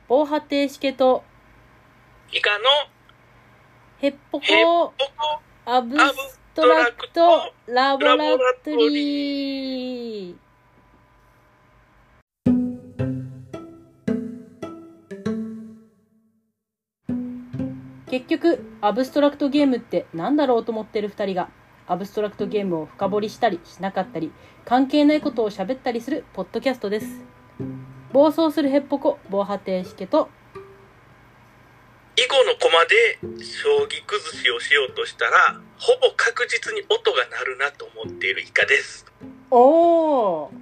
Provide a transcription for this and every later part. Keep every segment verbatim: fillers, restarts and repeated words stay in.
防波堤しけとイカのヘッポヘッコポコアブストラクトラボラトリー。結局アブストラクトゲームってなんだろうと思ってるふたりがアブストラクトゲームを深掘りしたりしなかったり関係ないことを喋ったりするポッドキャストです。暴走するヘッポコ防波堤しけと囲碁の駒で将棋崩しをしようとしたらほぼ確実に音が鳴るなと思っているイカです。 おー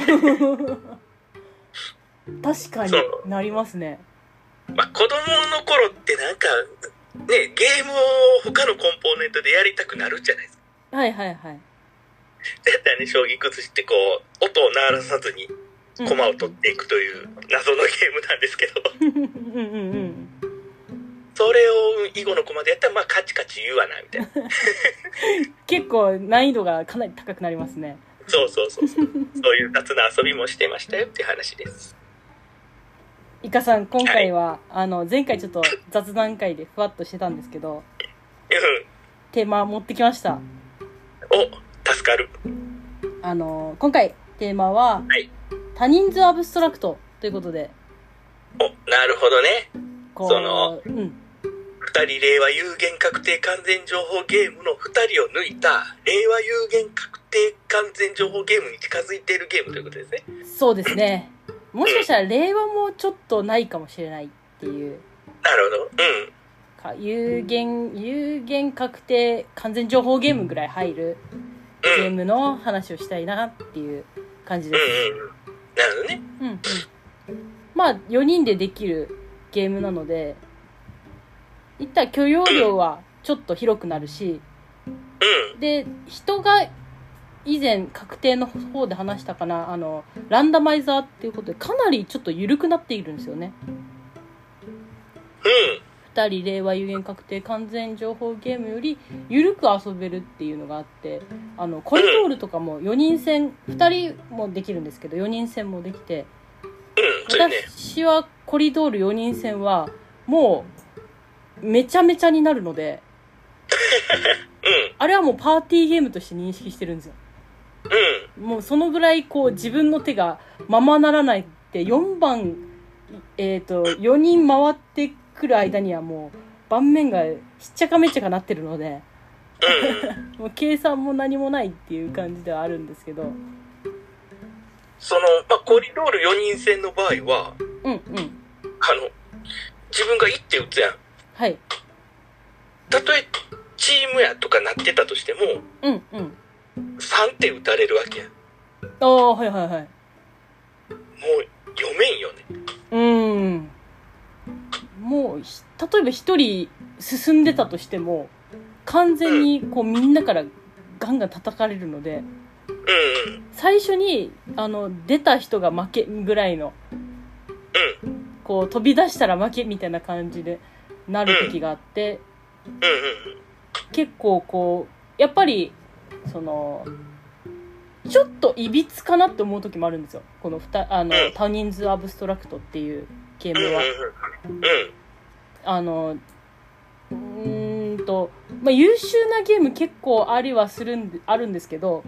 確かになりますね。 まあ、子供の頃ってなんかねゲームを他のコンポーネントでやりたくなるじゃないですか。 はいはいはい。 だったらね将棋崩しってこう音を鳴らさずに駒を取っていくという謎のゲームなんですけどうんうんうん。 それを囲碁の駒でやったらまあカチカチ言うわなみたいな結構難易度がかなり高くなりますね。 そうそうそうそうそういう雑な遊びもしてましたよっていう話です。 イカさん今回は、はい、あの前回ちょっと雑談会でふわっとしてたんですけど、うん、テーマ持ってきました。 お、助かる。 あの今回テーマは、はい、多人数アブストラクトということで。 お、なるほどね。その、 うん、 ふたり令和有限確定完全情報ゲームのふたりを抜いた令和有限確定完全情報ゲームに近づいているゲームということですね。 そうですね。もしかしたら令和もちょっとないかもしれないっていう。 なるほど。うん。 か有限有限確定完全情報ゲームぐらい入るゲームの話をしたいなっていう感じです。 うんうん。なるほどね。 うんうん。まあよにんでできるゲームなので、いった許容量はちょっと広くなるし、 うん、 で人が以前確定の方で話したかな、あのランダマイザーっていうことでかなりちょっと緩くなっているんですよね。 うん、 ふたり令和有限確定完全情報ゲームより緩く遊べるっていうのがあって、あのコリドールとかもよにん戦ふたりもできるんですけどよにん戦もできて、 うん、 私はコリドールよにん戦はもうめちゃめちゃになるので、 うん、 あれはもうパーティーゲームとして認識してるんですよ。 うん、 もうそのぐらいこう自分の手がままならないってよんばん、えーとよにん回ってくる間にはもう盤面がしっちゃかめっちゃかなってるので、うん、もう計算も何もないっていう感じではあるんですけど、 その、まあ、コリドールよにん戦の場合は、 うんうん、 あの自分がいって打つやん。 はい。 たとえチームやとかなってたとしても、 うんうん、 さんて打たれるわけや。 ああ、はいはいはい。もう読めんよね。 うーん。もう例えば一人進んでたとしても完全にこうみんなからガンガン叩かれるので、 うん、 最初にあの出た人が負けぐらいの、 うん、 こう飛び出したら負けみたいな感じでなる時があって、 うんうん、 結構こうやっぱりそのちょっといびつかなって思う時もあるんですよ、このふたあの、うん、多人数アブストラクトっていうゲームは、 うんうん、 あのうーんと、まあ、優秀なゲーム結構ありはするんであるんですけど、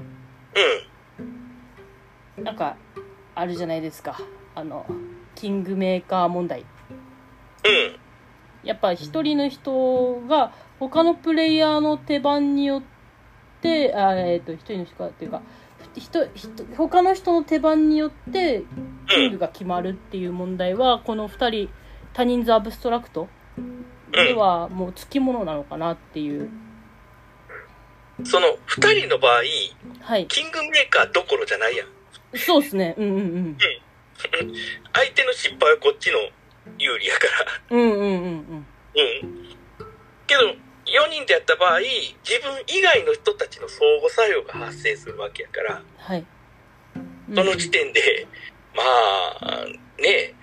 うん、 なんかあるじゃないですか、あのキングメーカー問題、 うん、 やっぱ一人の人が他のプレイヤーの手番によってあ、えー、と一人の人がっていうか人人他の人の手番によってキングが決まるっていう問題はこのふたり多人数アブストラクトではもうつきものなのかなっていう。 そのふたりの場合、 はい、 キングメーカーどころじゃないやん。 そうですね。うんうんうん。うん、 相手の失敗はこっちの有利やから。 うんうんうんうん。うん。 けどよにんでやった場合、自分以外の人たちの相互作用が発生するわけやから、 はい。 うん、その時点でまあね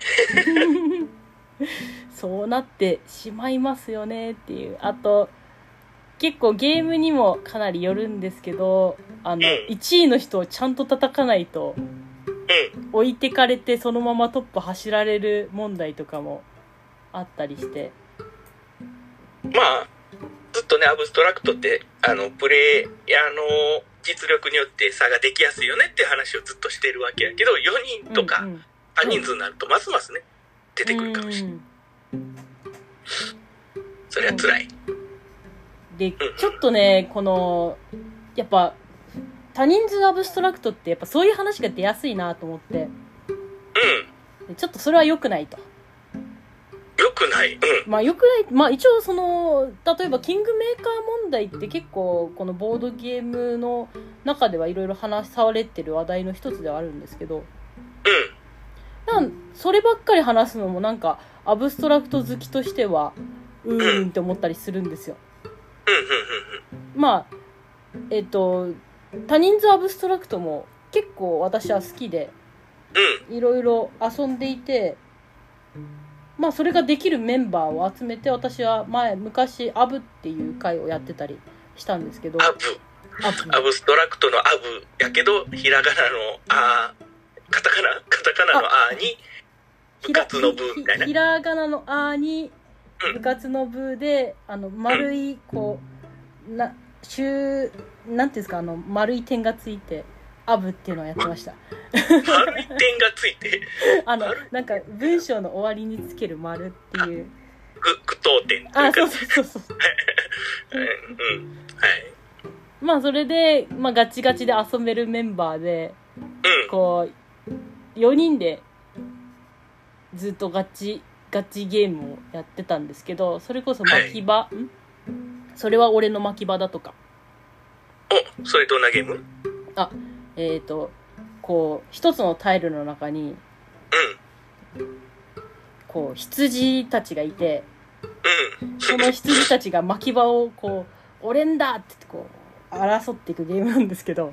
そうなってしまいますよねっていう。あと結構ゲームにもかなりよるんですけど、あの、うん、いちいの人をちゃんと叩かないと、 うん、 置いてかれてそのままトップ走られる問題とかもあったりして、 まあずっとねアブストラクトってあのプレイヤーの実力によって差ができやすいよねっていう話をずっとしてるわけやけど、よにんとか多人数になるとますますね出てくるかもしれない。それは辛い。 でちょっとねこのやっぱ多人数アブストラクトってやっぱそういう話が出やすいなと思って、 うん、 ちょっとそれは良くないと。 良くない、うん、 まあ良くない。まあ一応その例えばキングメーカー問題って結構このボードゲームの中ではいろいろ話されてる話題の一つではあるんですけど、 うん、 なんそればっかり話すのもなんかアブストラクト好きとしてはうーんって思ったりするんですよ。まあえっと多人数アブストラクトも結構私は好きでいろいろ遊んでいて、まあそれができるメンバーを集めて私は前昔アブっていう会をやってたりしたんですけど、 アブアブアブストラクトのアブやけどひらがなのあカタカナカタカナのあに部活の部みたいな、 ひらがなのあに部活の部で、あの丸いこうな週なんていうんですか、あの丸い点がついてアブっていうのをやってました。 丸い点がついてあのなんか文章の終わりにつける丸っていう句読点というか、 あそうそうそうそううん、はい。 まあそれで、まあ、ガチガチで遊べるメンバーで、 うん、 こうよにんでずっとガチガチゲームをやってたんですけど、それこそ巻き場、はい、んそれは俺の巻き場だとか。 お、それどんなゲーム？ あ、えっとこう一つのタイルの中に、 うん、 こう羊たちがいて、 うん、 その羊たちが巻き場をこう俺んだって言ってこう争っていくゲームなんですけど。 わ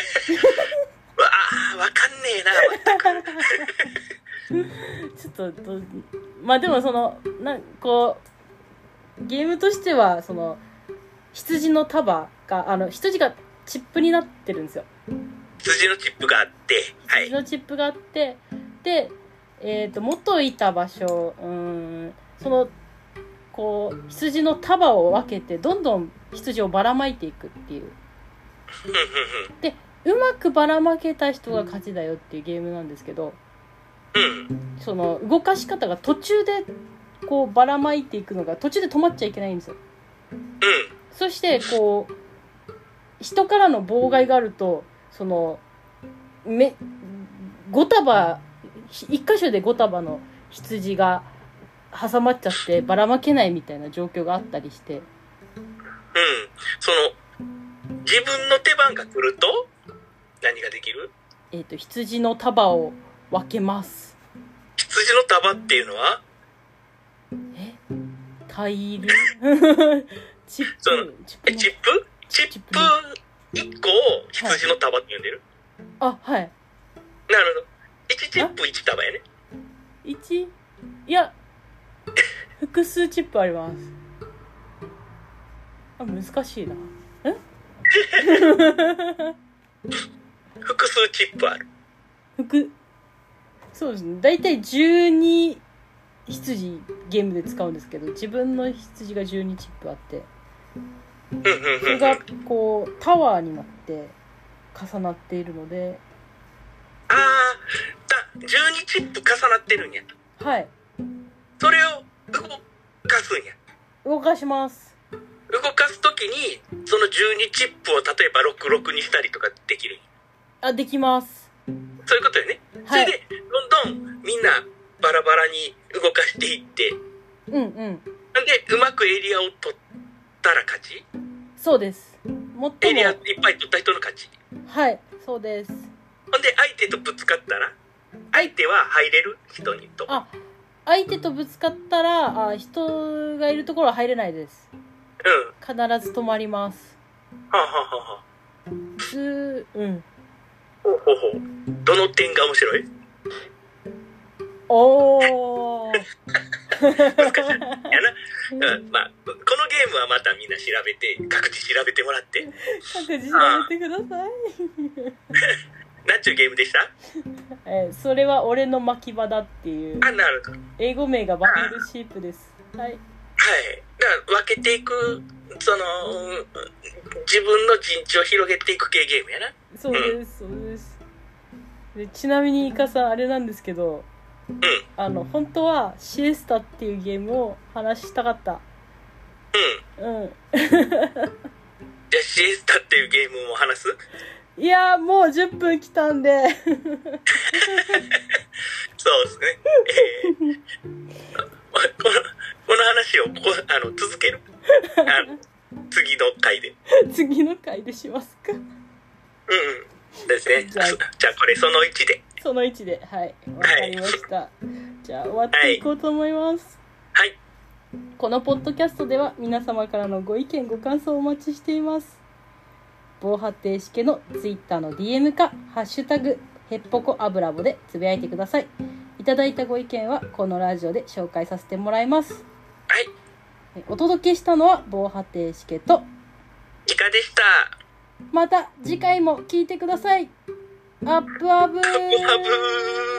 あ、わかんねえな。 ちょっとまあでもそのなこうゲームとしてはその羊の束があの羊がチップになってるんですよ。 羊のチップがあって、はい、 羊のチップがあってで、えーと元いた場所、うーんそのこう羊の束を分けてどんどん羊をばらまいていくっていうで、うまくばらまけた人が勝ちだよっていうゲームなんですけど、 うん、 その動かし方が途中でこうばらまいていくのが途中で止まっちゃいけないんですよ。 うん、 そしてこう人からの妨害があるとそのめご束一箇所でご束の羊が挟まっちゃってばらまけないみたいな状況があったりして、 うん、その自分の手番が来ると何ができる？ えーと羊の束を分けます。 羊の束っていうのはえタイルチップそのチップチップチップいっこを羊の束って呼んでる、 はい、あはい、 なるほど。いちチップいち束やね。 いちいや複数チップあります。あ難しいな。え複数チップある。 複そうですね、だいたいじゅうに羊ゲームで使うんですけど、自分の羊がじゅうにチップあって、それがこうタワーになって重なっているので、 ああ、じゅうにチップ重なってるんや。 はい。 それを動かすんや。 動かします。 動かすときにそのじゅうにチップを例えばろくろくにしたりとかできるんや。 あ、できます。 そういうことよね。はい、それでどんどんみんなバラバラに動かしていって、 うんうん。 なんでうまくエリアを取ったら勝ち。 そうです。もっともエリアいっぱい取った人の勝ち。 はい、そうです。 ほんで相手とぶつかったら相手は入れる人にと。あ、 相手とぶつかったらあ人がいるところは入れないです。うん。必ず止まります。 はあ、はあははあ、 つうん。 ほうほうほう。どの点が面白い？ おー難しいやな、うん、まあこのゲームはまたみんな調べて各自調べてもらって各自調べてください。 なんちゅうゲームでした？ えー、それは俺の巻き場だっていう。 あ、なるほど。 英語名がバトルシープです。はい。はい。 だから分けていく、その、自分の陣地を広げていく系ゲームやな。 そうです、うん、そうです。でちなみにイカさんあれなんですけど、 うん、 あの本当はシエスタっていうゲームを話したかった。うん。うん。 じゃあシエスタっていうゲームも話す？ いやもうじゅっぷん来たんで。 そうですね。えー、このこの話をこあの続ける？あの次の回で。 次の回でしますか？ うんうん。ですね。じゃあ、じゃあこれそのいちで。 そのいちで、はい。わかりました。はい、じゃあ終わっていこうと思います。 はい。 このポッドキャストでは皆様からのご意見ご感想をお待ちしています。防波堤しけのツイッターの ディーエム かハッシュタグへっぽこあぶらぼでつぶやいてください。いただいたご意見はこのラジオで紹介させてもらいます。 はい。 お届けしたのは防波堤しけとイカでした。 また次回も聞いてください。アップアブー。 アップアブー。